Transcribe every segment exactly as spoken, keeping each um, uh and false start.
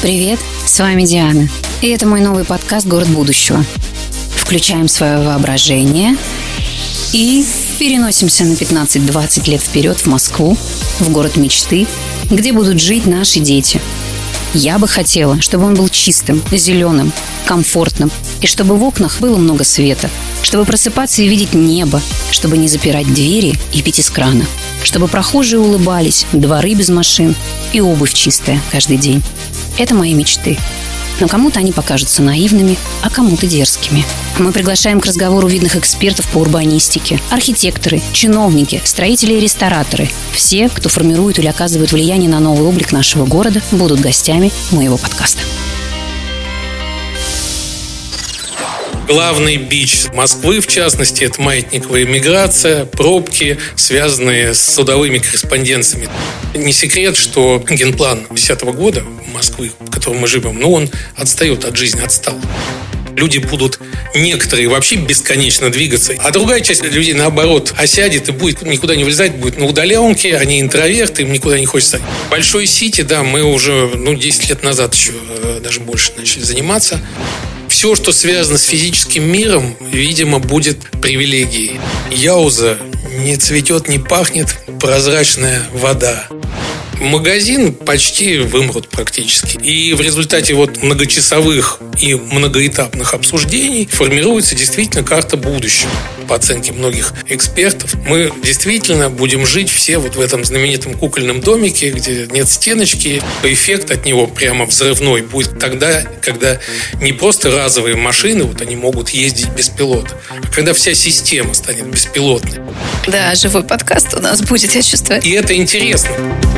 Привет, с вами Диана. И это мой новый подкаст «Город будущего». Включаем свое воображение и переносимся на пятнадцать-двадцать лет вперед в Москву, в город мечты, где будут жить наши дети. Я бы хотела, чтобы он был чистым, зеленым, комфортным, и чтобы в окнах было много света, чтобы просыпаться и видеть небо, чтобы не запирать двери и пить из крана, чтобы прохожие улыбались, дворы без машин и обувь чистая каждый день. Это мои мечты. Но кому-то они покажутся наивными, а кому-то дерзкими. Мы приглашаем к разговору видных экспертов по урбанистике, архитекторы, чиновники, строители и рестораторы. Все, кто формирует или оказывает влияние на новый облик нашего города, будут гостями моего подкаста. Главный бич Москвы, в частности, это маятниковая миграция, пробки, связанные с судовыми корреспонденциями. Не секрет, что генплан две тысячи десятого года Москвы, в котором мы живем, ну, он отстает от жизни, отстал. Люди будут, некоторые вообще бесконечно двигаться, а другая часть людей, наоборот, осядет и будет никуда не влезать, будет на удаленке, они интроверты, им никуда не хочется. Большой Сити, да, мы уже, ну, десять лет назад еще, даже больше начали заниматься. Все, что связано с физическим миром, видимо, будет привилегией. Яуза не цветет, не пахнет, прозрачная вода. Магазин почти вымрут практически. И в результате вот многочасовых и многоэтапных обсуждений формируется действительно карта будущего. По оценке многих экспертов, мы действительно будем жить все вот в этом знаменитом кукольном домике, где нет стеночки. Эффект от него прямо взрывной будет тогда, когда не просто разовые машины, вот они могут ездить без пилота, а когда вся система станет беспилотной. Да, живой подкаст у нас будет, я чувствую. И это интересно.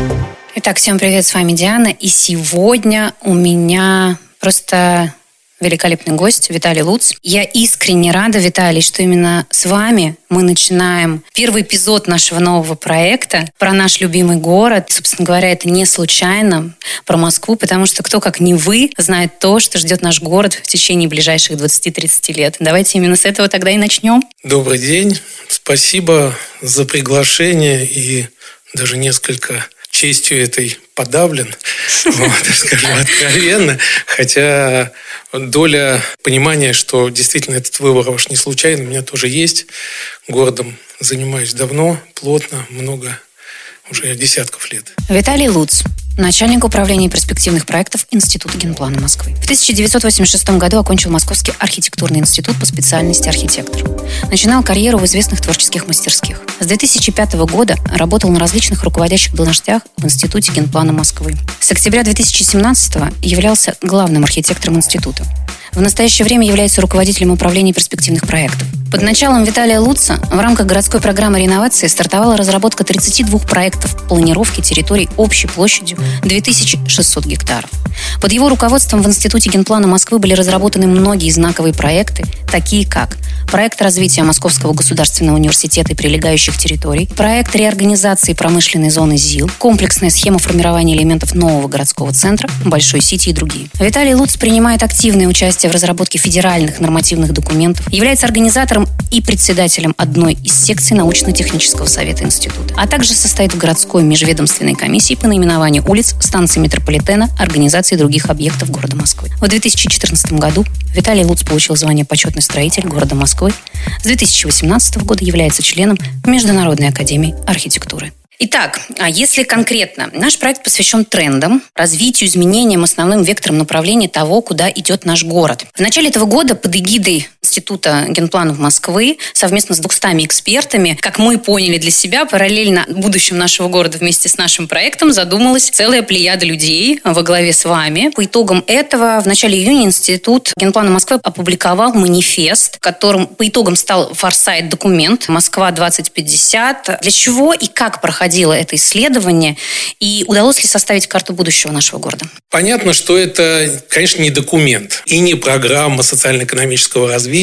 Итак, всем привет, с вами Диана. И сегодня у меня просто великолепный гость Виталий Луц. Я искренне рада, Виталий, что именно с вами мы начинаем первый эпизод нашего нового проекта про наш любимый город. Собственно говоря, это не случайно про Москву, потому что кто, как не вы, знает то, что ждет наш город в течение ближайших двадцати-тридцати лет. Давайте именно с этого тогда и начнем. Добрый день. Спасибо за приглашение и даже несколько честью этой подавлен, вот, скажу откровенно, хотя доля понимания, что действительно этот выбор ваш не случайный, у меня тоже есть. Городом занимаюсь давно, плотно, много, уже десятков лет. Виталий Луц, начальник управления перспективных проектов Института генплана Москвы. В тысяча девятьсот восемьдесят шестом году окончил Московский архитектурный институт по специальности архитектор. Начинал карьеру в известных творческих мастерских. С две тысячи пятого года работал на различных руководящих должностях в Институте генплана Москвы. С октября две тысячи семнадцатого являлся главным архитектором института. В настоящее время является руководителем управления перспективных проектов. Под началом Виталия Луца в рамках городской программы реновации стартовала разработка тридцати двух проектов планировки территорий общей площадью две тысячи шестьсот гектаров. Под его руководством в Институте генплана Москвы были разработаны многие знаковые проекты, такие как проект развития Московского государственного университета и прилегающих территорий, проект реорганизации промышленной зоны ЗИЛ, комплексная схема формирования элементов нового городского центра, Большой Сити и другие. Виталий Луц принимает активное участие в разработке федеральных нормативных документов, является организатором и председателем одной из секций научно-технического совета института, а также состоит в городской межведомственной комиссии по наименованию улиц, станций метрополитена, организации других объектов города Москвы. В две тысячи четырнадцатом году Виталий Луц получил звание почетный строитель города Москвы. С две тысячи восемнадцатого года является членом Международной академии архитектуры. Итак, а если конкретно, наш проект посвящен трендам, развитию, изменениям, основным векторам направления того, куда идет наш город. В начале этого года под эгидой Института генпланов Москвы совместно с двумястами экспертами, как мы поняли для себя, параллельно будущем нашего города вместе с нашим проектом задумалась целая плеяда людей во главе с вами. По итогам этого в начале июня Институт генплана Москвы опубликовал манифест, которым по итогам стал форсайт-документ «Москва двадцать пятьдесят». Для чего и как проходило это исследование, и удалось ли составить карту будущего нашего города? Понятно, что это, конечно, не документ и не программа социально-экономического развития,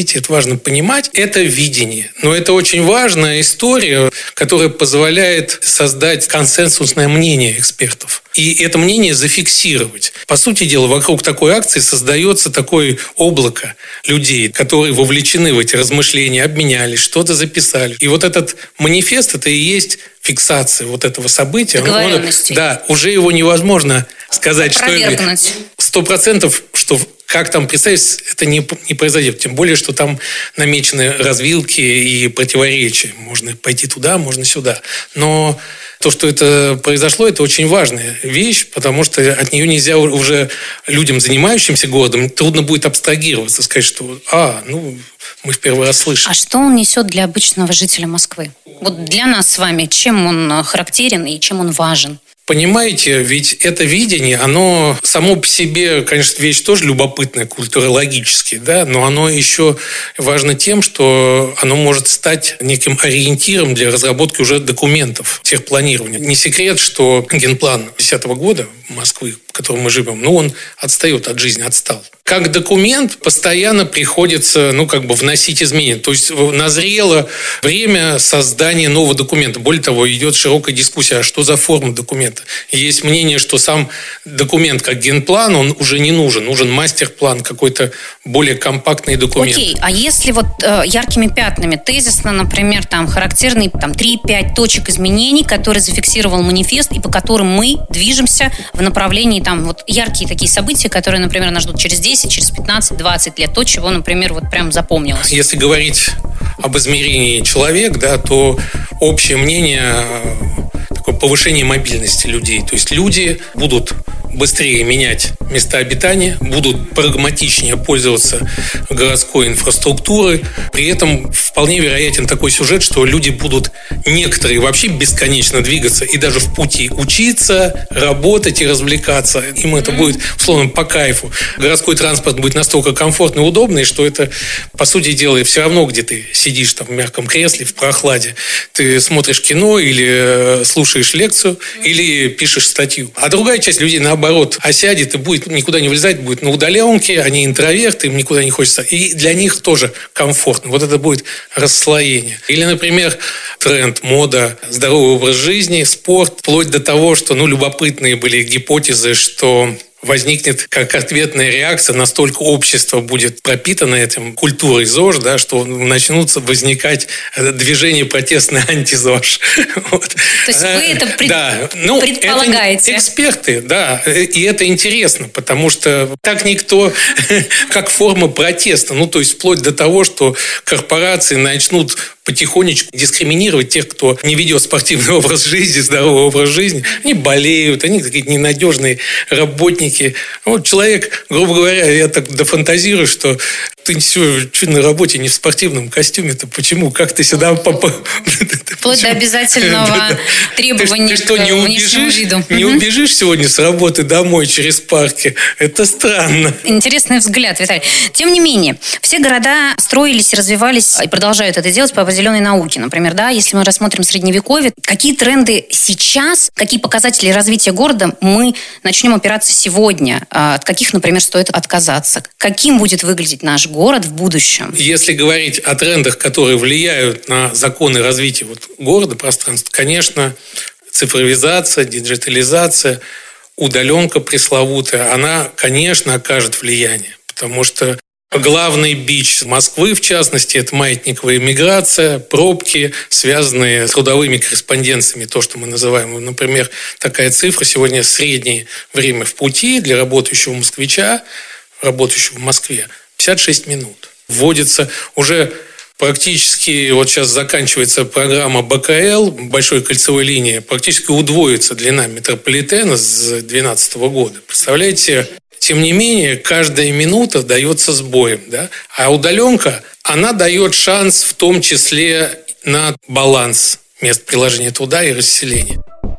события, это важно понимать. Это видение. Но это очень важная история, которая позволяет создать консенсусное мнение экспертов. И это мнение зафиксировать. По сути дела, вокруг такой акции создается такое облако людей, которые вовлечены в эти размышления, обменялись, что-то записали. И вот этот манифест – это и есть фиксация вот этого события. Договоренности. Да, уже его невозможно сказать, что это сто процентов, что как там представить, это не, не произойдет. Тем более, что там намечены развилки и противоречия. Можно пойти туда, можно сюда. Но то, что это произошло, это очень важная вещь, потому что от нее нельзя уже людям, занимающимся городом, трудно будет абстрагироваться, сказать, что а, ну, мы в первый раз слышим. А что он несет для обычного жителя Москвы? Вот для нас с вами, чем он характерен и чем он важен? Понимаете, ведь это видение, оно само по себе, конечно, вещь тоже любопытная, культурологически, да, но оно еще важно тем, что оно может стать неким ориентиром для разработки уже документов техпланирования. Не секрет, что генплан две тысячи десятого года Москвы, в котором мы живем, ну, он отстает от жизни, отстал. Как документ постоянно приходится, ну, как бы вносить изменения. То есть назрело время создания нового документа. Более того, идет широкая дискуссия, а что за форма документа. Есть мнение, что сам документ как генплан, он уже не нужен. Нужен мастер-план, какой-то более компактный документ. Окей, а если вот э, яркими пятнами, тезисно, например, там характерные там, три-пять точек изменений, которые зафиксировал манифест и по которым мы движемся в направлении, там, вот яркие такие события, которые, например, нас ждут через десять, через пятнадцать-двадцать лет. То, чего, например, вот прям запомнилось. Если говорить об измерении человека, да, то общее мнение такое повышение мобильности людей. То есть люди будут быстрее менять места обитания, будут прагматичнее пользоваться городской инфраструктурой. При этом вполне вероятен такой сюжет, что люди будут некоторые вообще бесконечно двигаться и даже в пути учиться, работать и развлекаться. Им это будет, условно, по кайфу. Городской транспорт будет настолько комфортный и удобный, что это, по сути дела, все равно, где ты сидишь там в мягком кресле, в прохладе, ты смотришь кино или слушаешь лекцию, или пишешь статью. А другая часть людей, наоборот, осядет и будет никуда не вылезать, будет на удаленке, они интроверты, им никуда не хочется. И для них тоже комфортно. Вот это будет расслоение. Или, например, тренд, мода, здоровый образ жизни, спорт, вплоть до того, что, ну, любопытные были гипотезы, что возникнет как ответная реакция, настолько общество будет пропитано этим культурой ЗОЖ, да, что начнутся возникать движения протестные анти-ЗОЖ. Вот. То есть вы это пред... да. ну, предполагаете? Это эксперты, да, и это интересно, потому что так никто, как форма протеста, ну, то есть вплоть до того, что корпорации начнут потихонечку дискриминировать тех, кто не ведет спортивный образ жизни, здоровый образ жизни. Они болеют, они какие-то ненадежные работники. Вот человек, грубо говоря, я так дофантазирую, что ты все чуть на работе не в спортивном костюме-то. Почему? Как ты сюда попал? Вплоть до обязательного требования ты, ты что, к не внешнему убежишь, виду. Не убежишь сегодня с работы домой через парки? Это странно. Интересный взгляд, Виталий. Тем не менее, все города строились и развивались, и продолжают это делать по определенной науке. Например, да, если мы рассмотрим Средневековье, какие тренды сейчас, какие показатели развития города мы начнем опираться сегодня? От каких, например, стоит отказаться? Каким будет выглядеть наш город в будущем? Если говорить о трендах, которые влияют на законы развития вот города, пространства, конечно, цифровизация, диджитализация, удаленка пресловутая, она, конечно, окажет влияние, потому что главный бич Москвы, в частности, это маятниковая миграция, пробки, связанные с трудовыми корреспонденциями, то, что мы называем. Например, такая цифра сегодня: среднее время в пути для работающего москвича, работающего в Москве, пятьдесят шесть минут. Вводится уже практически, вот сейчас заканчивается программа бэ ка эл, большой кольцевой линии, практически удвоится длина метрополитена с две тысячи двенадцатого года. Представляете? Тем не менее, каждая минута дается с боем, да? А удаленка, она дает шанс в том числе на баланс мест приложения труда и расселения.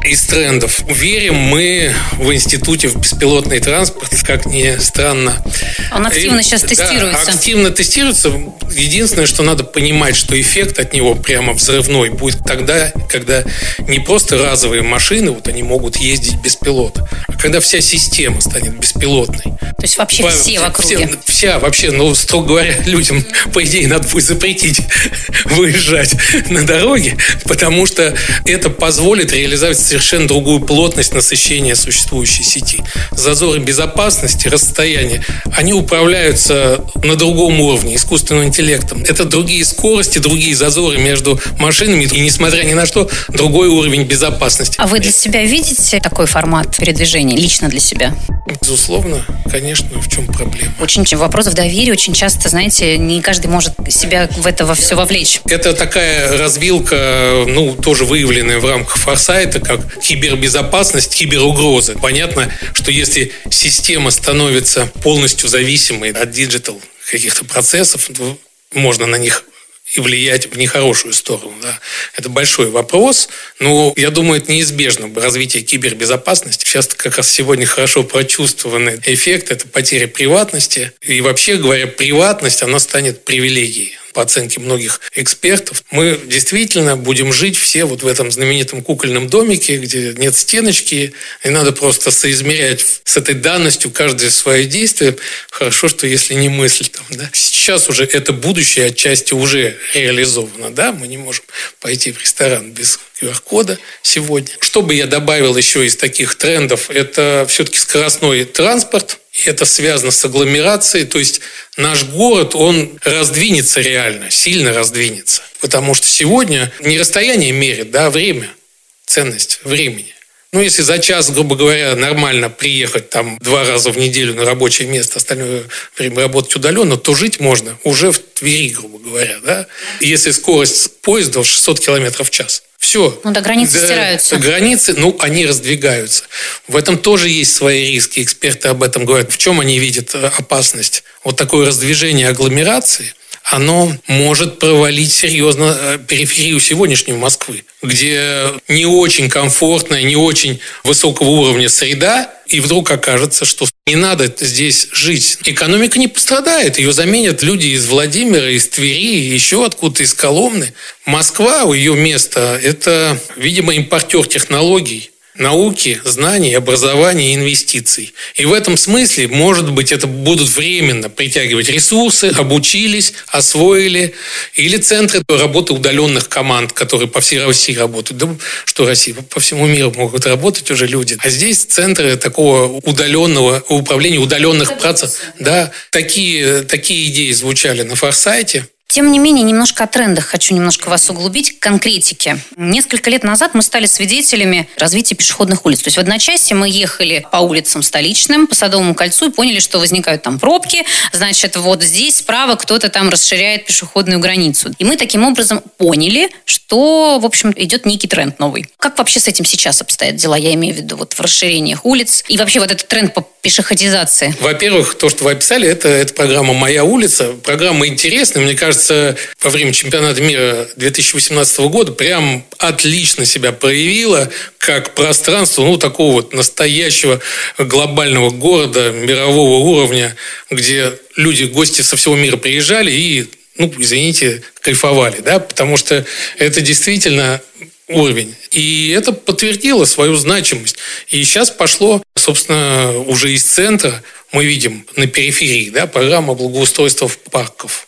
из трендов. Верим мы в институте в беспилотный транспорт, как ни странно. Он активно и, сейчас тестируется. Да, активно тестируется. Единственное, что надо понимать, что эффект от него прямо взрывной будет тогда, когда не просто разовые машины, вот они могут ездить без пилота, а когда вся система станет беспилотной. То есть вообще по, все в округе? Все, вся вообще, ну, строго говоря, людям, по идее, надо будет запретить выезжать на дороге, потому что это позволит реализовать совершенно другую плотность насыщения существующей сети. Зазоры безопасности, расстояния, они управляются на другом уровне, искусственным интеллектом. Это другие скорости, другие зазоры между машинами, и, несмотря ни на что, другой уровень безопасности. А вы для себя видите такой формат передвижения, лично для себя? Безусловно, конечно, в чем проблема? Очень вопросов доверия, очень часто, знаете, не каждый может себя в это во все вовлечь. Это такая развилка, ну, тоже выявленная в рамках форсайта, как кибербезопасность, киберугрозы. Понятно, что если система становится полностью зависимой от диджитал каких-то процессов, то можно на них и влиять в нехорошую сторону. Да. Это большой вопрос, но я думаю, это неизбежно. Развитие кибербезопасности. Сейчас как раз сегодня хорошо прочувствованный эффект – это потеря приватности. И вообще говоря, приватность, она станет привилегией. По оценке многих экспертов, мы действительно будем жить все вот в этом знаменитом кукольном домике, где нет стеночки, и надо просто соизмерять с этой данностью каждое свое действие. Хорошо, что если не мысль там, да. Сейчас уже это будущее отчасти уже реализовано, да, мы не можем пойти в ресторан без ку ар-кода сегодня. Что бы я добавил еще из таких трендов, это все-таки скоростной транспорт. И это связано с агломерацией, то есть наш город, он раздвинется реально, сильно раздвинется. Потому что сегодня не расстояние мерит, да, а время, ценность времени. Ну, если за час, грубо говоря, нормально приехать там два раза в неделю на рабочее место, остальное время работать удаленно, то жить можно уже в Твери, грубо говоря, да. Если скорость поезда шестьсот километров в час. Все. Ну, до границы до, стираются. До границы, ну, они раздвигаются. В этом тоже есть свои риски. Эксперты об этом говорят. В чем они видят опасность? Вот такое раздвижение агломерации, оно может провалить серьезно периферию сегодняшней Москвы, где не очень комфортная, не очень высокого уровня среда, и вдруг окажется, что не надо здесь жить. Экономика не пострадает, ее заменят люди из Владимира, из Твери, еще откуда-то из Коломны. Москва, ее место – это, видимо, импортер технологий, науки, знаний, образования и инвестиций. И в этом смысле, может быть, это будут временно притягивать ресурсы, обучились, освоили, или центры работы удаленных команд, которые по всей России работают. Да что Россия, по всему миру могут работать уже люди. А здесь центры такого удаленного управления, удаленных процессов. Да, такие, такие идеи звучали на форсайте. Тем не менее, немножко о трендах хочу немножко вас углубить, к конкретике. Несколько лет назад мы стали свидетелями развития пешеходных улиц. То есть в одночасье мы ехали по улицам столичным, по Садовому кольцу и поняли, что возникают там пробки. Значит, вот здесь справа кто-то там расширяет пешеходную границу. И мы таким образом поняли, что, в общем, идет некий тренд новый. Как вообще с этим сейчас обстоят дела? Я имею в виду вот в расширениях улиц и вообще вот этот тренд по пешеходизации. Во-первых, то, что вы описали, это, это программа «Моя улица». Программа интересная, мне кажется, во время чемпионата мира две тысячи восемнадцатого года прям отлично себя проявила как пространство, ну, такого вот настоящего глобального города мирового уровня, где люди, гости со всего мира приезжали и, ну, извините, кайфовали, да, потому что это действительно уровень. И это подтвердило свою значимость. И сейчас пошло, собственно, уже из центра, мы видим на периферии, да, программа благоустройства парков.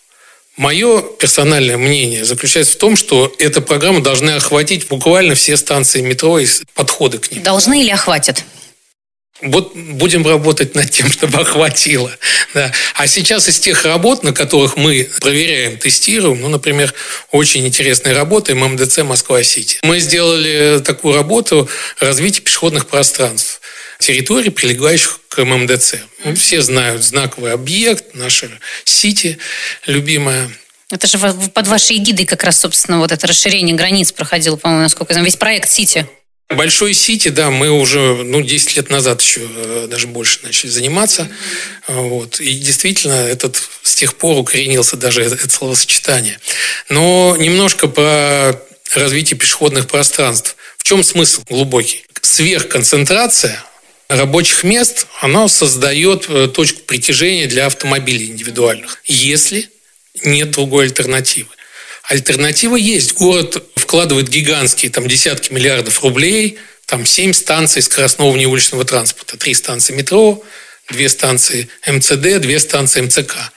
Мое персональное мнение заключается в том, что эта программа должна охватить буквально все станции метро и подходы к ним. Должны или охватят? Вот будем работать над тем, чтобы охватило. Да. А сейчас из тех работ, на которых мы проверяем, тестируем, ну, например, очень интересная работа эм эм дэ цэ Москва-Сити. Мы сделали такую работу развития пешеходных пространств, территорий, прилегающих к эм эм дэ цэ. Ну, все знают знаковый объект, наша Сити любимая. Это же под вашей эгидой как раз, собственно, вот это расширение границ проходило, по-моему, насколько я знаю, весь проект Сити. Большой Сити, да, мы уже ну, десять лет назад еще даже больше начали заниматься. Вот. И действительно, этот, с тех пор укоренился даже это, это словосочетание. Но немножко про развитие пешеходных пространств. В чем смысл глубокий? сверхконцентрация рабочих мест, она создает точку притяжения для автомобилей индивидуальных, если нет другой альтернативы. Альтернатива есть. Город вкладывает гигантские там, десятки миллиардов рублей, там семь станций скоростного внеуличного транспорта, три станции метро, две станции эм цэ дэ, две станции эм цэ ка.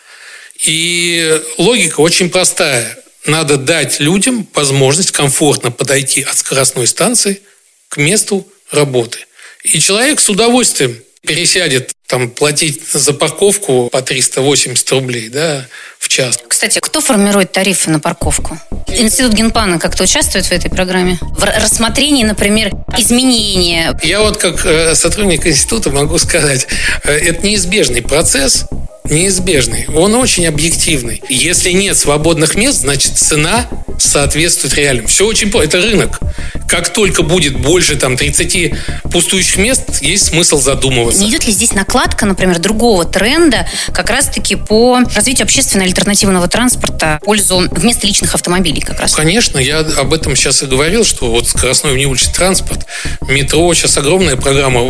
И логика очень простая. Надо дать людям возможность комфортно подойти от скоростной станции к месту работы. И человек с удовольствием пересядет там, платить за парковку по триста восемьдесят рублей, да, в час. Кстати, кто формирует тарифы на парковку? Институт Генплана как-то участвует в этой программе? В рассмотрении, например, изменения? Я вот как сотрудник института могу сказать, это неизбежный процесс, неизбежный. Он очень объективный. Если нет свободных мест, значит, цена соответствует реалиям. Все очень просто. Это рынок. Как только будет больше там, тридцати пустующих мест, есть смысл задумываться. Не идет ли здесь накладка, например, другого тренда как раз-таки по развитию общественного альтернативного транспорта в пользу вместо личных автомобилей как раз? Конечно. Я об этом сейчас и говорил, что вот скоростной внеуличный транспорт, метро, сейчас огромная программа,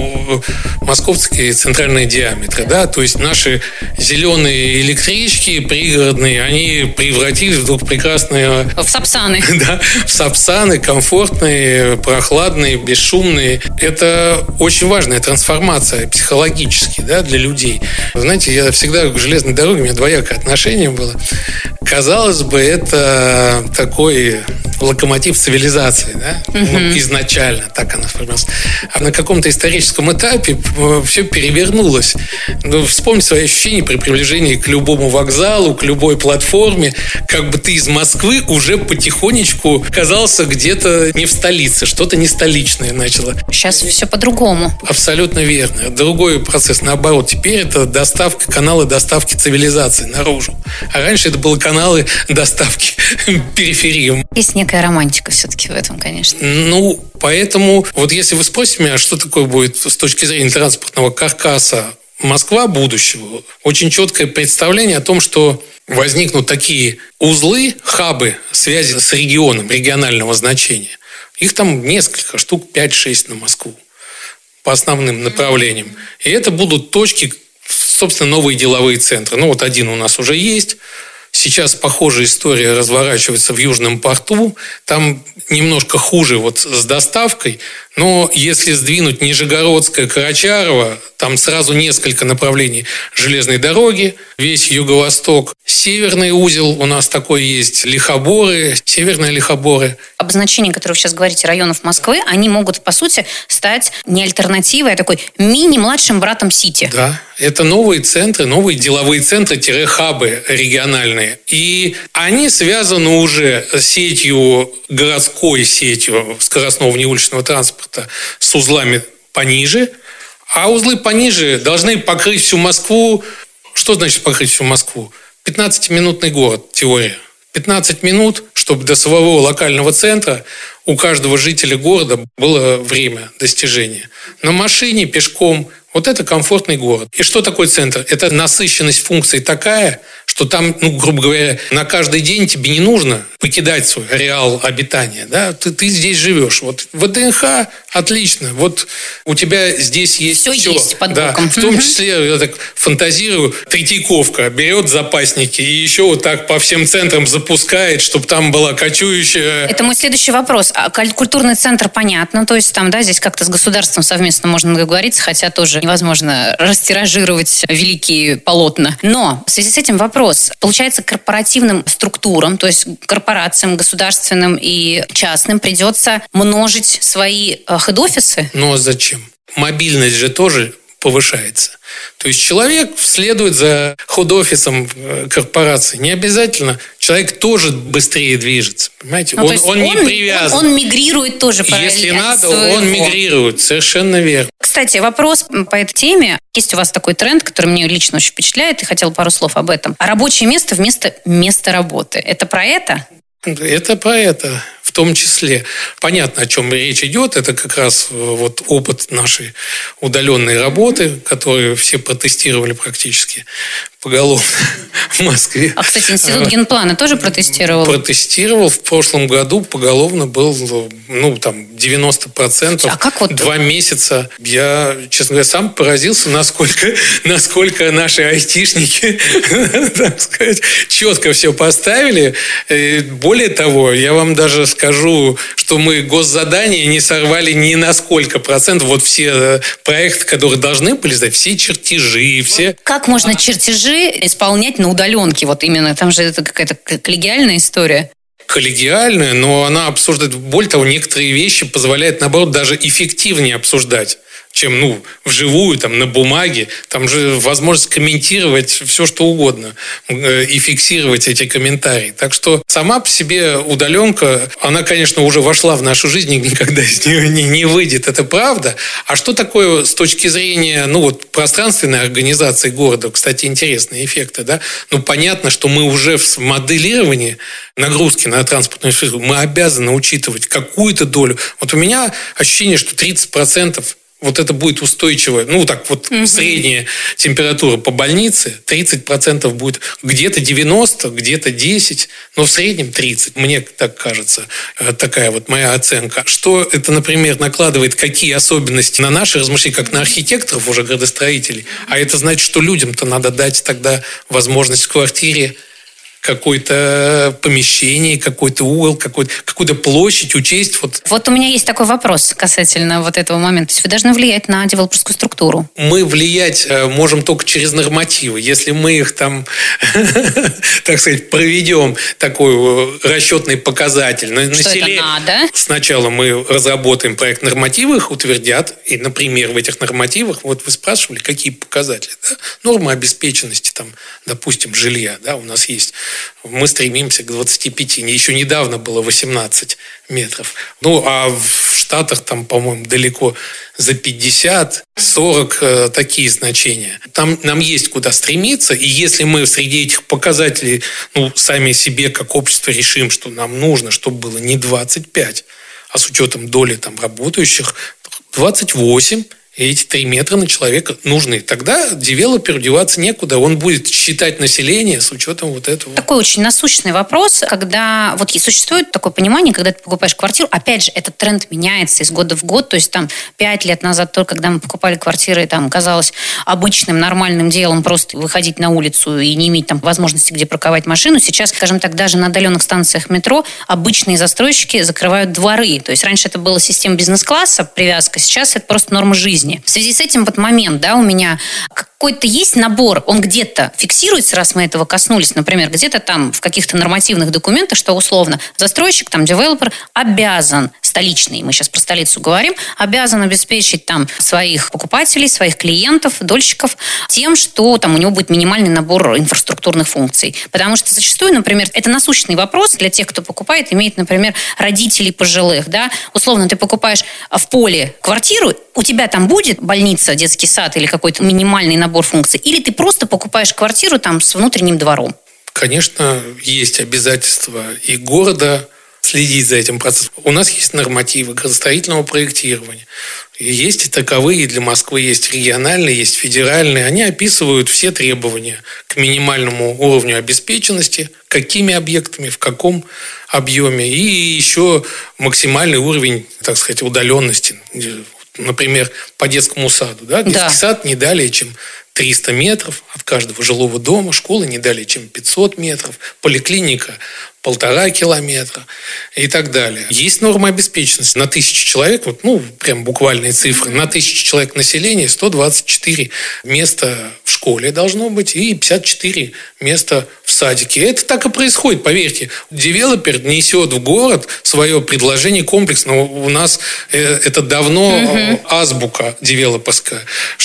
московские центральные диаметры, да, то есть наши зеленые электрички пригородные, они превратились вдруг в прекрасные... В сапсаны. Да, в сапсаны, комфортные, прохладные, бесшумные. Это очень важная трансформация психологически, да, для людей. Вы знаете, я всегда к железной дороге, у меня двоякое отношение было. Казалось бы, это такой локомотив цивилизации, да? Угу. Ну, изначально так она сформировалась. А на каком-то историческом этапе все перевернулось. Ну, вспомни свои ощущения при приближении к любому вокзалу, к любой платформе, как бы ты из Москвы уже потихонечку оказался где-то не в столице, что-то не столичное начало. Сейчас все по-другому. Абсолютно верно. Другой процесс, наоборот. Теперь это доставка, каналы доставки цивилизации наружу. А раньше это были каналы доставки периферии. Есть некая романтика все-таки в этом, конечно. Ну, поэтому, вот если вы спросите меня, что такое будет с точки зрения транспортного каркаса Москва будущего, очень четкое представление о том, что возникнут такие узлы, хабы связи с регионом, регионального значения. Их там несколько, штук пять-шесть на Москву по основным направлениям. И это будут точки, собственно, новые деловые центры. Ну, вот один у нас уже есть. Сейчас похожая история разворачивается в Южном порту. Там немножко хуже вот с доставкой. Но если сдвинуть Нижегородское, Карачарово, там сразу несколько направлений железной дороги, весь юго-восток. Северный узел у нас такой есть, Лихоборы, Северные Лихоборы. Обозначения, которые вы сейчас говорите, районов Москвы, они могут, по сути, стать не альтернативой, а такой мини-младшим братом Сити. Да, это новые центры, новые деловые центры-хабы региональные. И они связаны уже с сетью, городской сетью скоростного внеуличного транспорта, с узлами пониже, а узлы пониже должны покрыть всю Москву. Что значит покрыть всю Москву? пятнадцатиминутный город, теория. пятнадцать минут, чтобы до своего локального центра у каждого жителя города было время достижения. На машине, пешком. Вот это комфортный город. И что такое центр? Это насыщенность функций такая, что там, ну, грубо говоря, на каждый день тебе не нужно покидать свой ареал обитания. Да? Ты, ты здесь живешь. Вот в ВДНХ отлично. Вот у тебя здесь есть все. Все есть под да. боком. В том числе, я так фантазирую, Третьяковка берет запасники и еще вот так по всем центрам запускает, чтобы там была кочующая... Это мой следующий вопрос. А культурный центр понятно, то есть там, да, здесь как-то с государством совместно можно договориться, хотя тоже невозможно растиражировать великие полотна. Но в связи с этим вопрос. Получается, корпоративным структурам, то есть корпорациям государственным и частным придется множить свои хед-офисы? Ну а зачем? Мобильность же тоже повышается. То есть человек следует за хед-офисом корпорации. Не обязательно. Человек тоже быстрее движется. Понимаете? Ну, он, он, он не привязан. Он, он мигрирует тоже параллельно. Если надо, он мигрирует. Совершенно верно. Кстати, вопрос по этой теме. Есть у вас такой тренд, который мне лично очень впечатляет, и хотела пару слов об этом. Рабочее место вместо места работы. Это про это? Это про это в том числе. Понятно, о чем речь идет. Это как раз вот опыт нашей удаленной работы, которую все протестировали практически поголовно. в Москве. А, кстати, Институт генплана тоже протестировал? Протестировал. В прошлом году поголовно был, ну, там, девяносто процентов. А как вот... Два месяца. Я, честно говоря, сам поразился, насколько, насколько наши айтишники, так сказать, четко все поставили. Более того, я вам даже скажу, что мы госзадания не сорвали ни на сколько процентов. Вот все проекты, которые должны были сдать, все чертежи, все... Как можно чертежи исполнять на удаленке? Вот именно, там же это какая-то коллегиальная история. Коллегиальная, но она обсуждает... Более того, некоторые вещи позволяют, наоборот, даже эффективнее обсуждать, чем, ну, вживую, там, на бумаге. Там же возможность комментировать все, что угодно, и фиксировать эти комментарии. Так что сама по себе удаленка, она, конечно, уже вошла в нашу жизнь, и никогда из нее не, не выйдет, это правда. А что такое с точки зрения, ну, вот, пространственной организации города? Кстати, интересные эффекты, да? Ну, понятно, что мы уже в моделировании нагрузки на транспортную инфраструктуру мы обязаны учитывать какую-то долю. Вот у меня ощущение, что тридцать процентов вот это будет устойчивая, ну, так вот, угу. средняя температура по больнице, тридцать процентов будет где-то девяносто, где-то десять, но в среднем тридцать. Мне так кажется, такая вот моя оценка. Что это, например, накладывает, какие особенности на наши размышления, как на архитекторов, уже градостроителей. А это значит, что людям-то надо дать тогда возможность в квартире какое-то помещение, какой-то угол, какой-то, какую-то площадь учесть. Вот. вот у меня есть такой вопрос касательно вот этого момента. То есть вы должны влиять на девелоперскую структуру? Мы влиять можем только через нормативы. Если мы их там, так сказать, проведем такой расчетный показатель. Что это надо? Сначала мы разработаем проект, нормативы их утвердят. И, например, в этих нормативах, вот вы спрашивали, какие показатели. Да? Нормы обеспеченности, там, допустим, жилья. Да, у нас есть. Мы стремимся к двадцати пяти. Еще недавно было восемнадцать метров. Ну, а в Штатах там, по-моему, далеко за пятьдесят, сорок э, такие значения. Там нам есть куда стремиться. И если мы среди этих показателей, ну, сами себе как общество решим, что нам нужно, чтобы было не двадцать пять, а с учетом доли там работающих двадцать восемь, и эти три метра на человека нужны. Тогда девелоперу деваться некуда. Он будет считать население с учетом вот этого. Такой очень насущный вопрос, когда вот существует такое понимание, когда ты покупаешь квартиру, опять же, этот тренд меняется из года в год. То есть там пять лет назад, только когда мы покупали квартиры, там казалось обычным, нормальным делом просто выходить на улицу и не иметь там возможности, где парковать машину. Сейчас, скажем так, даже на отдаленных станциях метро обычные застройщики закрывают дворы. То есть раньше это была система бизнес-класса, привязка, сейчас это просто норма жизни. В связи с этим вот момент, да, у меня какой-то есть набор, он где-то фиксируется, раз мы этого коснулись, например, где-то там в каких-то нормативных документах, что условно застройщик, там, девелопер обязан, столичный, мы сейчас про столицу говорим, обязан обеспечить там своих покупателей, своих клиентов, дольщиков тем, что там у него будет минимальный набор инфраструктурных функций. Потому что зачастую, например, это насущный вопрос для тех, кто покупает, имеет, например, родителей пожилых, да, условно ты покупаешь в поле квартиру, у тебя там будет больница, детский сад или какой-то минимальный набор функций, или ты просто покупаешь квартиру там с внутренним двором? Конечно, есть обязательства и города следить за этим процессом. У нас есть нормативы градостроительного проектирования. И есть и таковые, и для Москвы есть региональные, есть федеральные. Они описывают все требования к минимальному уровню обеспеченности, какими объектами, в каком объеме, и еще максимальный уровень, так сказать, удаленности. Например, по детскому саду. Да? Детский да. сад не далее, чем триста метров от каждого жилого дома, школа не далее, чем пятьсот метров, поликлиника полтора километра и так далее. Есть норма обеспеченности. На тысячу человек, вот, ну, прям буквальные цифры, на тысячу человек населения сто двадцать четыре места в школе должно быть и пятьдесят четыре места в садике. Это так и происходит, поверьте. Девелопер несет в город свое предложение комплексно. У нас это давно угу. азбука девелоперская,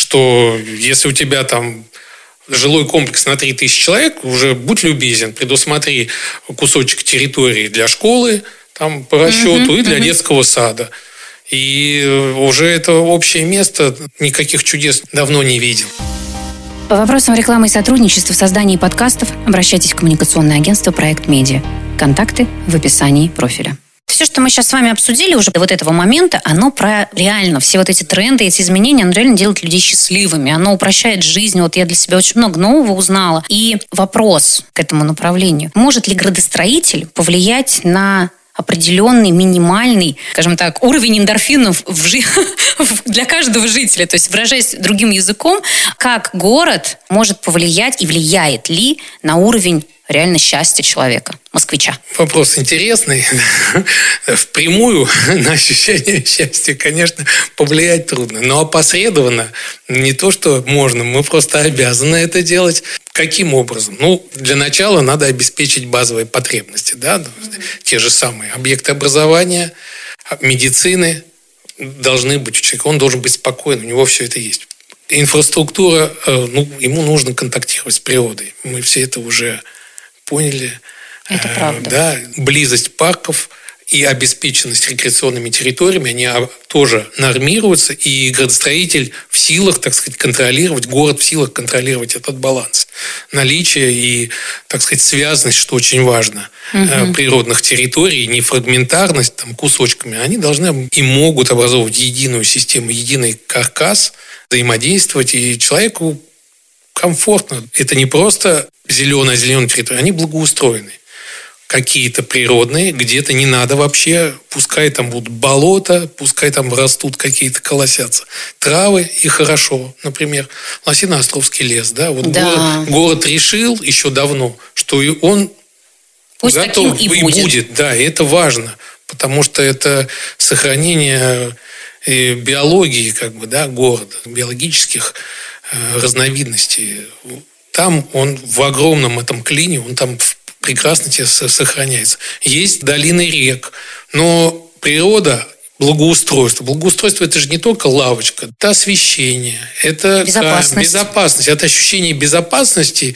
что если у тебя там жилой комплекс на три тысячи человек, уже будь любезен, предусмотри кусочек территории для школы там, по расчету mm-hmm, и для mm-hmm. детского сада. И уже это общее место никаких чудес давно не видел. По вопросам рекламы и сотрудничества в создании подкастов обращайтесь в коммуникационное агентство «Проект Медиа». Контакты в описании профиля. Все, что мы сейчас с вами обсудили уже до вот этого момента, оно про реально все вот эти тренды, эти изменения, оно реально делает людей счастливыми, оно упрощает жизнь. Вот я для себя очень много нового узнала. И вопрос к этому направлению. Может ли градостроитель повлиять на определенный минимальный, скажем так, уровень эндорфинов в жи... для каждого жителя? То есть, выражаясь другим языком, как город может повлиять и влияет ли на уровень реально счастья человека, москвича? Вопрос интересный. Впрямую на ощущение счастья, конечно, повлиять трудно. Но опосредованно не то, что можно, мы просто обязаны это делать. Каким образом? Ну, для начала надо обеспечить базовые потребности. Да? Те же самые объекты образования, медицины должны быть у человека. Он должен быть спокоен, у него все это есть. Инфраструктура, ну, ему нужно контактировать с природой. Мы все это уже поняли. Это правда. Да, близость парков и обеспеченность рекреационными территориями, они тоже нормируются, и градостроитель в силах, так сказать, контролировать, город в силах контролировать этот баланс. Наличие и, так сказать, связанность, что очень важно, угу. природных территорий, не фрагментарность там, кусочками, они должны и могут образовывать единую систему, единый каркас, взаимодействовать, и человеку комфортно. Это не просто зеленая, зеленая территория, они благоустроены. Какие-то природные, где-то не надо вообще, пускай там будут болота, пускай там растут какие-то, колосятся травы, и хорошо. Например, Лосино-Островский лес. Да? Вот да. Город, город решил еще давно, что и он Пусть готов таким и и будет. будет. Да, и это важно, потому что это сохранение биологии как бы, да, города, биологических разновидностей. Там он в огромном этом клине, он там прекрасно тебе сохраняется. Есть долины рек, но природа, благоустройство. Благоустройство – это же не только лавочка, это освещение, это безопасность, безопасность это ощущение безопасности.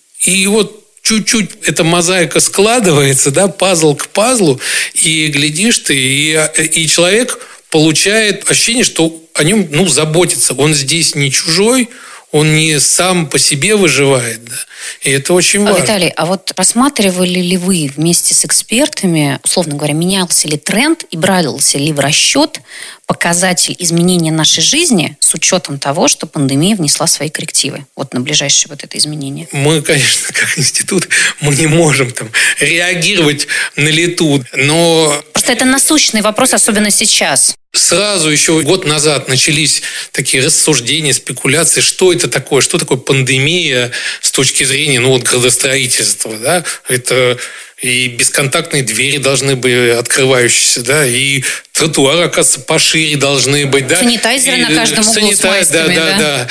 И вот чуть-чуть эта мозаика складывается, да, пазл к пазлу, и глядишь ты, и, и человек получает ощущение, что о нем, ну, заботится. Он здесь не чужой, он не сам по себе выживает. Да? И это очень важно. Виталий, а вот рассматривали ли вы вместе с экспертами, условно говоря, менялся ли тренд и брался ли в расчет показатель изменения нашей жизни с учетом того, что пандемия внесла свои коррективы вот на ближайшее вот это изменение? Мы, конечно, как институт, мы не можем там реагировать на лету, но... Просто это насущный вопрос, особенно сейчас. Сразу еще год назад начались такие рассуждения, спекуляции, что это такое, что такое пандемия с точки зрения, ну, вот, градостроительства, да, это и бесконтактные двери должны быть открывающиеся, да, и тротуары, оказывается, пошире должны быть, да. Санитайзеры и, на каждом углу с майскими, да, да, да. да.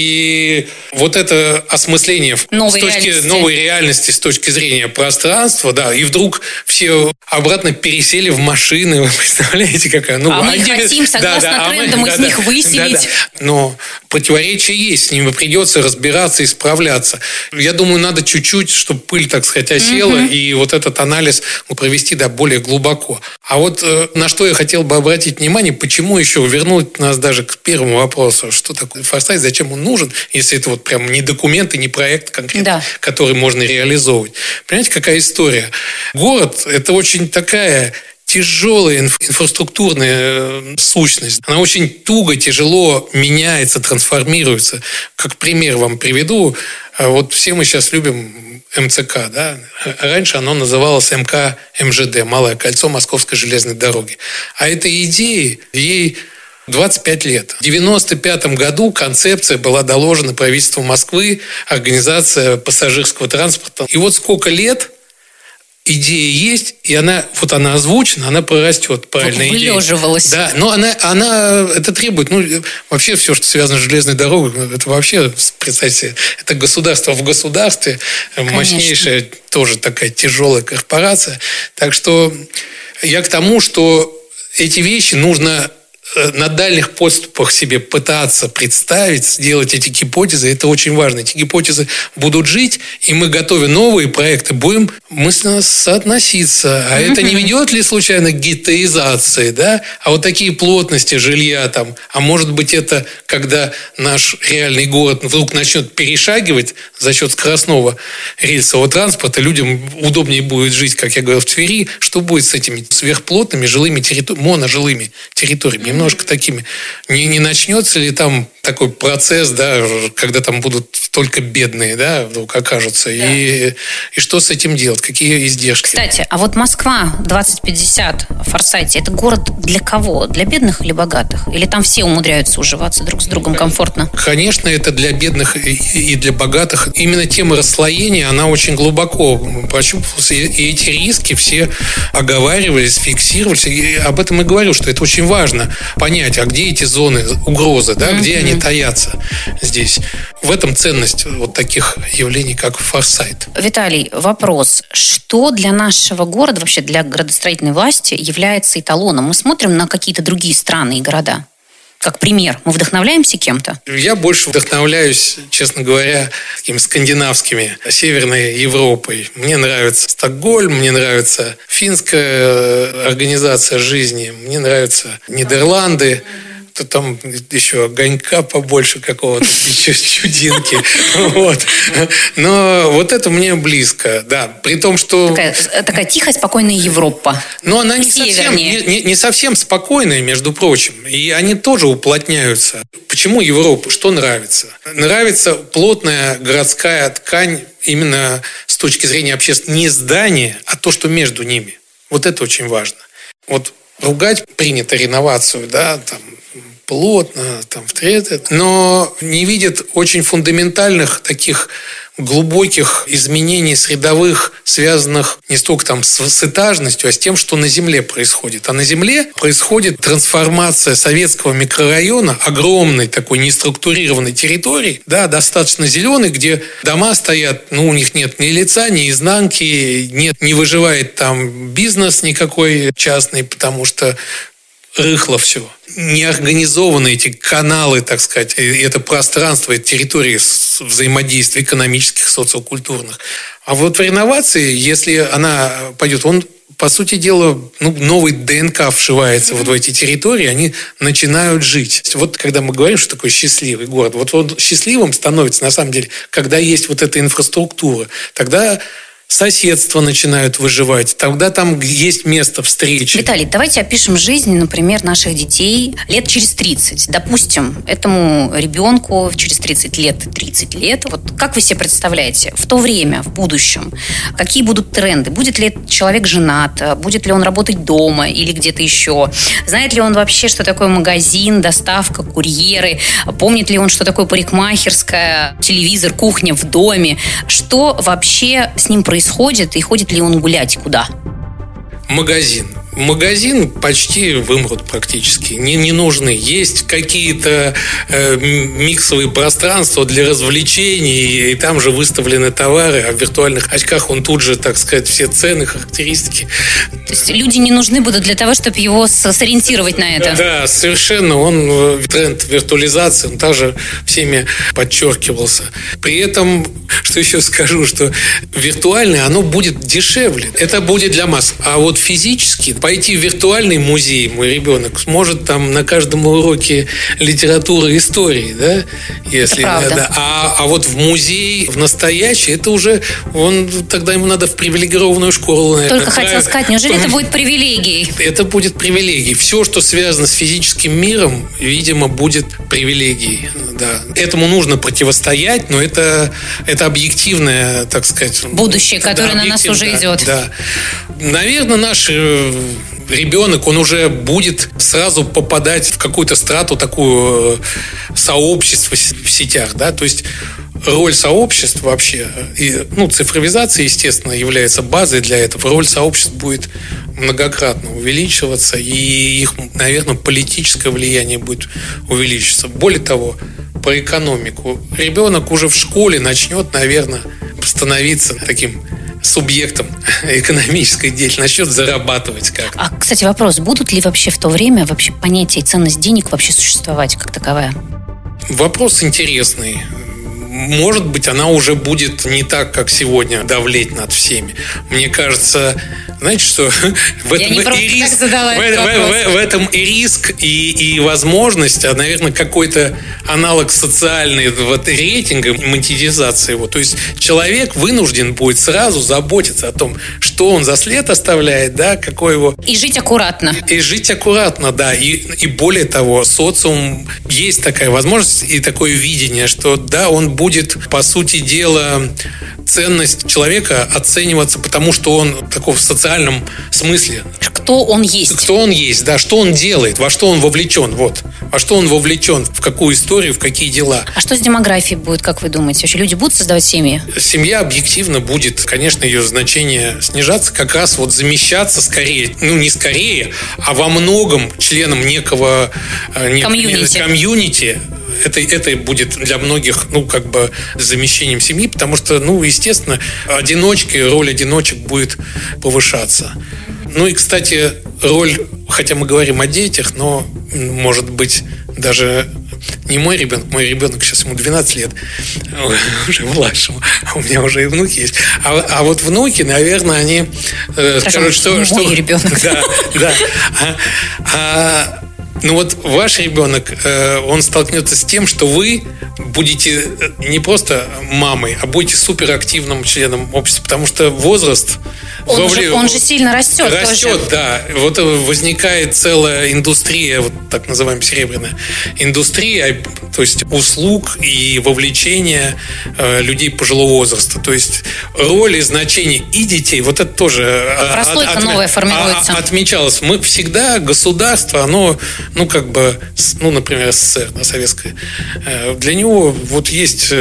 И вот это осмысление новой, с точки, реальности. новой реальности с точки зрения пространства, да, и вдруг все обратно пересели в машины, вы представляете, какая? Ну, а мы они, хотим, согласно да, да, трендам, мы, их да, них выселить. Да, да. Но противоречия есть, с ними придется разбираться и справляться. Я думаю, надо чуть-чуть, чтобы пыль, так сказать, осела, mm-hmm. и вот этот анализ провести, да, более глубоко. А вот на что я хотел бы обратить внимание, почему еще вернуть нас даже к первому вопросу, что такое форсайт, зачем он нужен, если это вот прям не документ и не проект конкретно, да. который можно реализовывать. Понимаете, какая история? Город – это очень такая тяжелая инфраструктурная сущность. Она очень туго, тяжело меняется, трансформируется. Как пример вам приведу. Вот все мы сейчас любим эм цэ ка, да? Раньше оно называлось эм ка эм жэ дэ, Малое кольцо Московской железной дороги. А этой идеи, ей двадцать пять лет. В девяносто пятом году концепция была доложена правительству Москвы, организация пассажирского транспорта. И вот сколько лет идея есть, и она, вот она озвучена, она прорастет, правильная идея. Вылеживалась. Да, но она, она, это требует, ну, вообще все, что связано с железной дорогой, это вообще, представьте себе, это государство в государстве, конечно. Мощнейшая, тоже такая тяжелая корпорация. Так что я к тому, что эти вещи нужно на дальних подступах себе пытаться представить, сделать эти гипотезы, это очень важно. Эти гипотезы будут жить, и мы, готовя новые проекты, будем мысленно соотноситься. А mm-hmm. это не ведет ли случайно к гетtoизации, да? А вот такие плотности жилья там, а может быть это, когда наш реальный город вдруг начнет перешагивать за счет скоростного рельсового транспорта, людям удобнее будет жить, как я говорил, в Твери. Что будет с этими сверхплотными жилыми территориями, моножилыми территориями? Немножко такими. Не, не начнется ли там такой процесс, да, когда там будут только бедные, да, вдруг окажутся? Да. И, и что с этим делать? Какие издержки? Кстати, а вот Москва двадцать пятьдесят в Форсайте, это город для кого? Для бедных или богатых? Или там все умудряются уживаться друг с другом комфортно? Конечно, это для бедных и для богатых. Именно тема расслоения, она очень глубоко прощупывалась. И эти риски все оговаривались, фиксировались. И об этом и говорю, что это очень важно. Понять, а где эти зоны угрозы, да, mm-hmm. где они таятся здесь. В этом ценность вот таких явлений, как Форсайт. Виталий, вопрос. Что для нашего города, вообще для градостроительной власти является эталоном? Мы смотрим на какие-то другие страны и города. Как пример, мы вдохновляемся кем-то? Я больше вдохновляюсь, честно говоря, такими скандинавскими, Северной Европой. Мне нравится Стокгольм, мне нравится финская организация жизни, мне нравятся Нидерланды. То там еще огонька побольше какого-то, чудинки. Вот. Но вот это мне близко, да. При том, что... Такая, такая тихая, спокойная Европа. Но она не совсем, не, не совсем спокойная, между прочим. И они тоже уплотняются. Почему Европа? Что нравится? Нравится плотная городская ткань именно с точки зрения общественности. Не здания, а то, что между ними. Вот это очень важно. Вот ругать принято реновацию, да, там, плотно, там, в третье, но не видят очень фундаментальных таких глубоких изменений средовых, связанных не столько там с, с этажностью, а с тем, что на земле происходит. А на земле происходит трансформация советского микрорайона, огромной такой неструктурированной территории, да, достаточно зеленой, где дома стоят, ну, у них нет ни лица, ни изнанки, нет, не выживает там бизнес никакой частный, потому что рыхло все. Не организованы эти каналы, так сказать, это пространство, это территории взаимодействия экономических, социокультурных. А вот в реновации, если она пойдет, он, по сути дела, ну, новый ДНК вшивается вот в эти территории, они начинают жить. Вот когда мы говорим, что такое счастливый город, вот он счастливым становится, на самом деле, когда есть вот эта инфраструктура. Тогда соседства начинают выживать, тогда там есть место встречи. Виталий, давайте опишем жизнь, например, наших детей лет через тридцать. Допустим, этому ребенку через тридцать лет, тридцать лет. Вот как вы себе представляете, в то время, в будущем, какие будут тренды? Будет ли этот человек женат? Будет ли он работать дома или где-то еще? Знает ли он вообще, что такое магазин, доставка, курьеры? Помнит ли он, что такое парикмахерская, телевизор, кухня в доме? Что вообще с ним происходит? Происходит, и ходит ли он гулять куда? Магазин. Магазин почти вымрут практически. Не, не нужны. Есть какие-то э, миксовые пространства для развлечений, и там же выставлены товары, а в виртуальных очках он тут же, так сказать, все цены, характеристики. То есть люди не нужны будут для того, чтобы его сориентировать на это? Да, совершенно. Он, тренд виртуализации, он также всеми подчеркивался. При этом, что еще скажу, что виртуальное, оно будет дешевле. Это будет для масс. А вот физически пойти в виртуальный музей мой ребенок сможет там на каждом уроке литературы и истории, да? Если, да. А, а вот в музей, в настоящий, это уже он тогда ему надо в привилегированную школу, наверное. Только хотел сказать, неужели это будет привилегией? Это будет привилегией. Все, что связано с физическим миром, видимо, будет привилегией. Да. Этому нужно противостоять, но это, это объективное, так сказать... Будущее, которое да, на нас уже да, идет. Да. Наверное, наш ребенок, он уже будет сразу попадать в какую-то страту, такую сообщество в сетях, да, то есть роль сообществ вообще, и, ну, цифровизация, естественно, является базой для этого, роль сообществ будет многократно увеличиваться, и их, наверное, политическое влияние будет увеличиваться. Более того, про экономику. Ребенок уже в школе начнет, наверное, становиться таким субъектом экономической деятельности, начнет зарабатывать как-то. А, кстати, вопрос, будут ли вообще в то время вообще понятие и ценность денег вообще существовать как таковая? Вопрос интересный. Может быть, она уже будет не так, как сегодня, давлеть над всеми. Мне кажется, знаете, что в этом, и риск, в, в, в, в этом и риск, и, и возможность, а, наверное, какой-то аналог социальный вот, рейтинга, монетизации его. То есть человек вынужден будет сразу заботиться о том, что он за след оставляет, да, какой его... И жить аккуратно. И жить аккуратно, да. И, и более того, социум, есть такая возможность и такое видение, что, да, он будет будет, по сути дела, ценность человека оцениваться, потому что он такой в социальном смысле. Кто он есть. Кто он есть, да, что он делает, во что он вовлечен, вот. Во что он вовлечен, в какую историю, в какие дела. А что с демографией будет, как вы думаете? Вообще люди будут создавать семьи? Семья объективно будет, конечно, ее значение снижаться, как раз вот замещаться скорее, ну не скорее, а во многом членом некого не, комьюнити. комьюнити. Это, это будет для многих, ну, как бы замещением семьи, потому что, ну, естественно, одиночки, роль одиночек будет повышаться. Ну и, кстати, роль, хотя мы говорим о детях, но, может быть, даже не мой ребенок, мой ребенок сейчас ему двенадцать лет, уже младшему, а у меня уже и внуки есть. А, а вот внуки, наверное, они э, скажут, что... Мой что, ребенок. Да, да. А, а, ну вот ваш ребенок, он столкнется с тем, что вы будете не просто мамой, а будете суперактивным членом общества, потому что возраст... Он, вовле... же, он же сильно растет. Растет, тоже. Да. Вот возникает целая индустрия, вот так называемая серебряная индустрия, то есть услуг и вовлечения людей пожилого возраста. То есть роль и значение и детей, вот это тоже... Прослойка от, новая формируется. Отмечалось. Мы всегда, государство, оно, ну, как бы, ну, например, СССР, да, советское, для него вот есть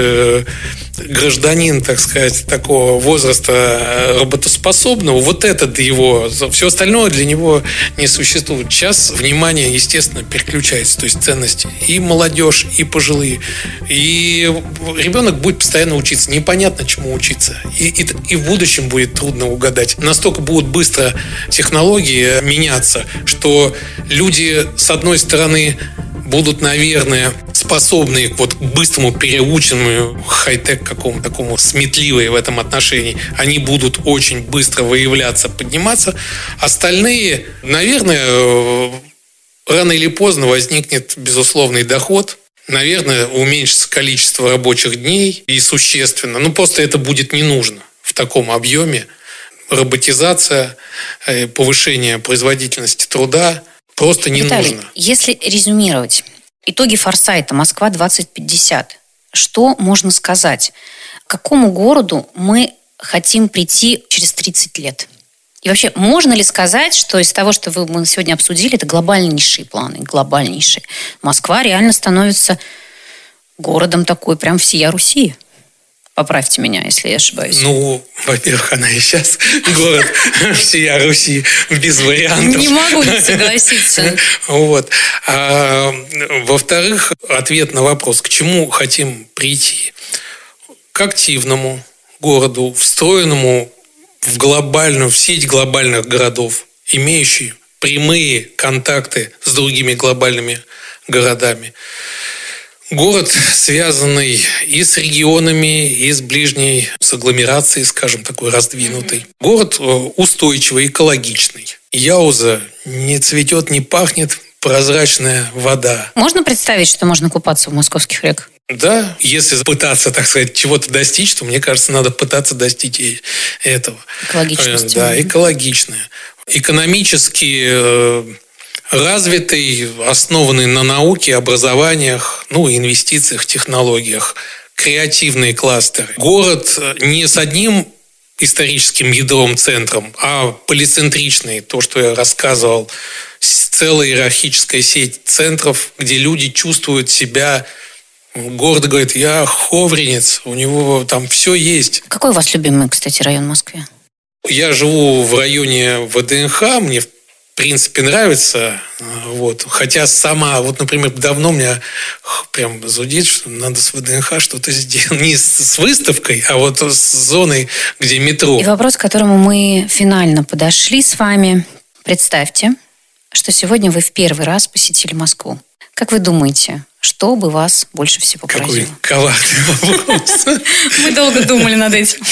гражданин, так сказать, такого возраста работоспособного, вот этот его, все остальное для него не существует. Сейчас внимание, естественно, переключается, то есть ценности и молодежь, и пожилые. И ребенок будет постоянно учиться, непонятно чему учиться. И, и, и в будущем будет трудно угадать. Настолько будут быстро технологии меняться, что люди, с одной стороны, будут, наверное, способны вот, к быстрому переученному хай-тек какому-то такому сметливые в этом отношении. Они будут очень быстро выявляться, подниматься. Остальные, наверное, рано или поздно возникнет безусловный доход. Наверное, уменьшится количество рабочих дней и существенно. Ну, просто это будет не нужно в таком объеме. Роботизация, повышение производительности труда просто не Виталий, нужно. Если резюмировать итоги форсайта «Москва двадцать пятьдесят», что можно сказать? К какому городу мы хотим прийти через тридцать лет? И вообще, можно ли сказать, что из того, что вы, мы сегодня обсудили, это глобальнейшие планы, глобальнейшие. Москва реально становится городом такой, прям всея Руси. Поправьте меня, если я ошибаюсь. Ну, во-первых, она и сейчас город всея Руси, без вариантов. Не могу не согласиться. Вот. А, во-вторых, ответ на вопрос, к чему хотим прийти. К активному городу, встроенному в глобальную, в сеть глобальных городов, имеющий прямые контакты с другими глобальными городами. Город, связанный и с регионами, и с ближней, с агломерацией, скажем, такой раздвинутый. Mm-hmm. Город устойчивый, экологичный. Яуза не цветет, не пахнет, прозрачная вода. Можно представить, что можно купаться в московских реках? Да, если пытаться, так сказать, чего-то достичь, то, мне кажется, надо пытаться достичь и этого. Экологичности. Да, экологичное. Экономически развитый, основанный на науке, образованиях, ну, инвестициях, технологиях, креативные кластеры. Город не с одним историческим ядром, центром, а полицентричный, то, что я рассказывал, целая иерархическая сеть центров, где люди чувствуют себя, гордо говорят, я ховринец, у него там все есть. Какой у вас любимый, кстати, район в Москве? Я живу в районе ВДНХ, мне в принципе, нравится. Вот. Хотя сама, вот, например, давно меня прям зудит, что надо с ВДНХ что-то сделать. Не с выставкой, а вот с зоной, где метро. И вопрос, к которому мы финально подошли с вами. Представьте, что сегодня вы в первый раз посетили Москву. Как вы думаете, что бы вас больше всего поразило? Какой коварный вопрос. Мы долго думали над этим.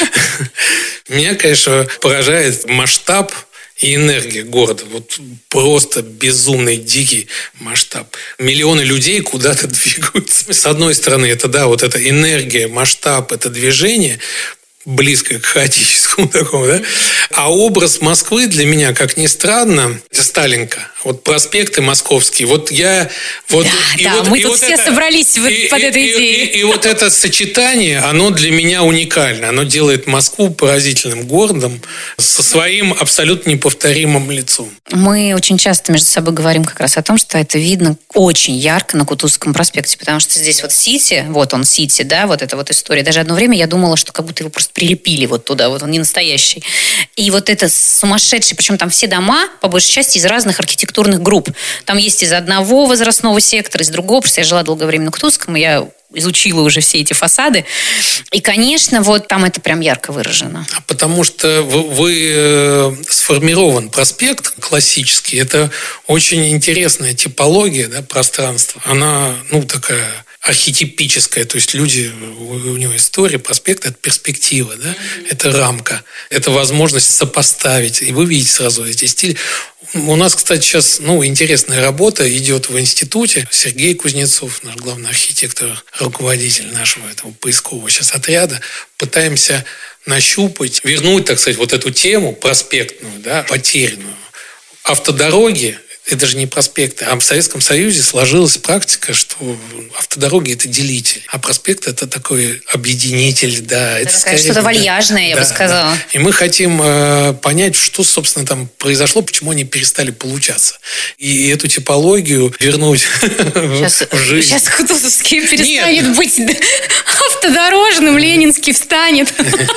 Меня, конечно, поражает масштаб и энергия города. Вот просто безумный, дикий масштаб. Миллионы людей куда-то двигаются. С одной стороны, это, да, вот эта энергия, масштаб, это движение, близко к хаотическому такому, да? А образ Москвы для меня, как ни странно, это Сталинка. Вот проспекты московские. Вот я... Вот, да, и да, вот, мы и тут вот все это, собрались и, под и, этой и, идеей. И, и, и вот это сочетание, оно для меня уникально. Оно делает Москву поразительным городом со своим абсолютно неповторимым лицом. Мы очень часто между собой говорим как раз о том, что это видно очень ярко на Кутузовском проспекте, потому что здесь вот Сити, вот он Сити, да, вот эта вот история. Даже одно время я думала, что как будто его просто прилепили вот туда, вот он не настоящий. И вот это сумасшедший, причем там все дома, по большей части, из разных архитектурных групп. Там есть из одного возрастного сектора, из другого, потому что я жила долгое время на Кутузовском, и я изучила уже все эти фасады. И, конечно, вот там это прям ярко выражено. Потому что вы, вы сформирован проспект классический. Это очень интересная типология, да, пространства. Она, ну, такая архетипическая, то есть люди, у него история, проспект – это перспектива, да? Mm-hmm. Это рамка, это возможность сопоставить, и вы видите сразу эти стили. У нас, кстати, сейчас, ну, интересная работа идет в институте. Сергей Кузнецов, наш главный архитектор, руководитель нашего этого поискового сейчас отряда, пытаемся нащупать, вернуть, так сказать, вот эту тему проспектную, да, потерянную. Автодороги – это же не проспекты. А в Советском Союзе сложилась практика, что автодороги – это делитель, а проспект – это такой объединитель. Да, это, это скорее, что-то вальяжное, да, я бы сказала. Да. И мы хотим э, понять, что, собственно, там произошло, почему они перестали получаться. И эту типологию вернуть сейчас, в жизнь. Сейчас Кутузовский перестанет нет. быть автодорожным, Ленинский встанет.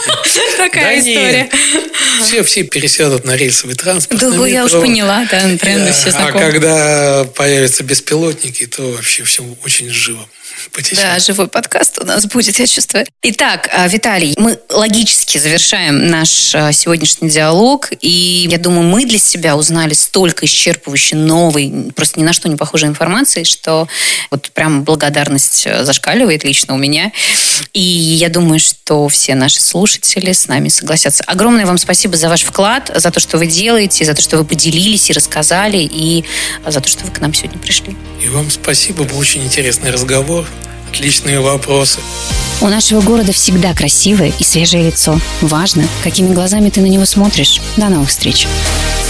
Такая история. Все, все пересядут на рельсовый транспорт. Да, я уж поняла, да, тренды все знакомы. А когда появятся беспилотники, то вообще все очень живо потечет. Да, живой подкаст у нас будет, я чувствую. Итак, Виталий, мы логически завершаем наш сегодняшний диалог, и я думаю, мы для себя узнали столько исчерпывающей, новой, просто ни на что не похожей информации, что вот прям благодарность зашкаливает лично у меня. И я думаю, что все наши слушатели с нами согласятся. Огромное вам спасибо за ваш вклад, за то, что вы делаете, за то, что вы поделились и рассказали, и за то, что вы к нам сегодня пришли. И вам спасибо, был очень интересный разговор, отличные вопросы. У нашего города всегда красивое и свежее лицо. Важно, какими глазами ты на него смотришь. До новых встреч.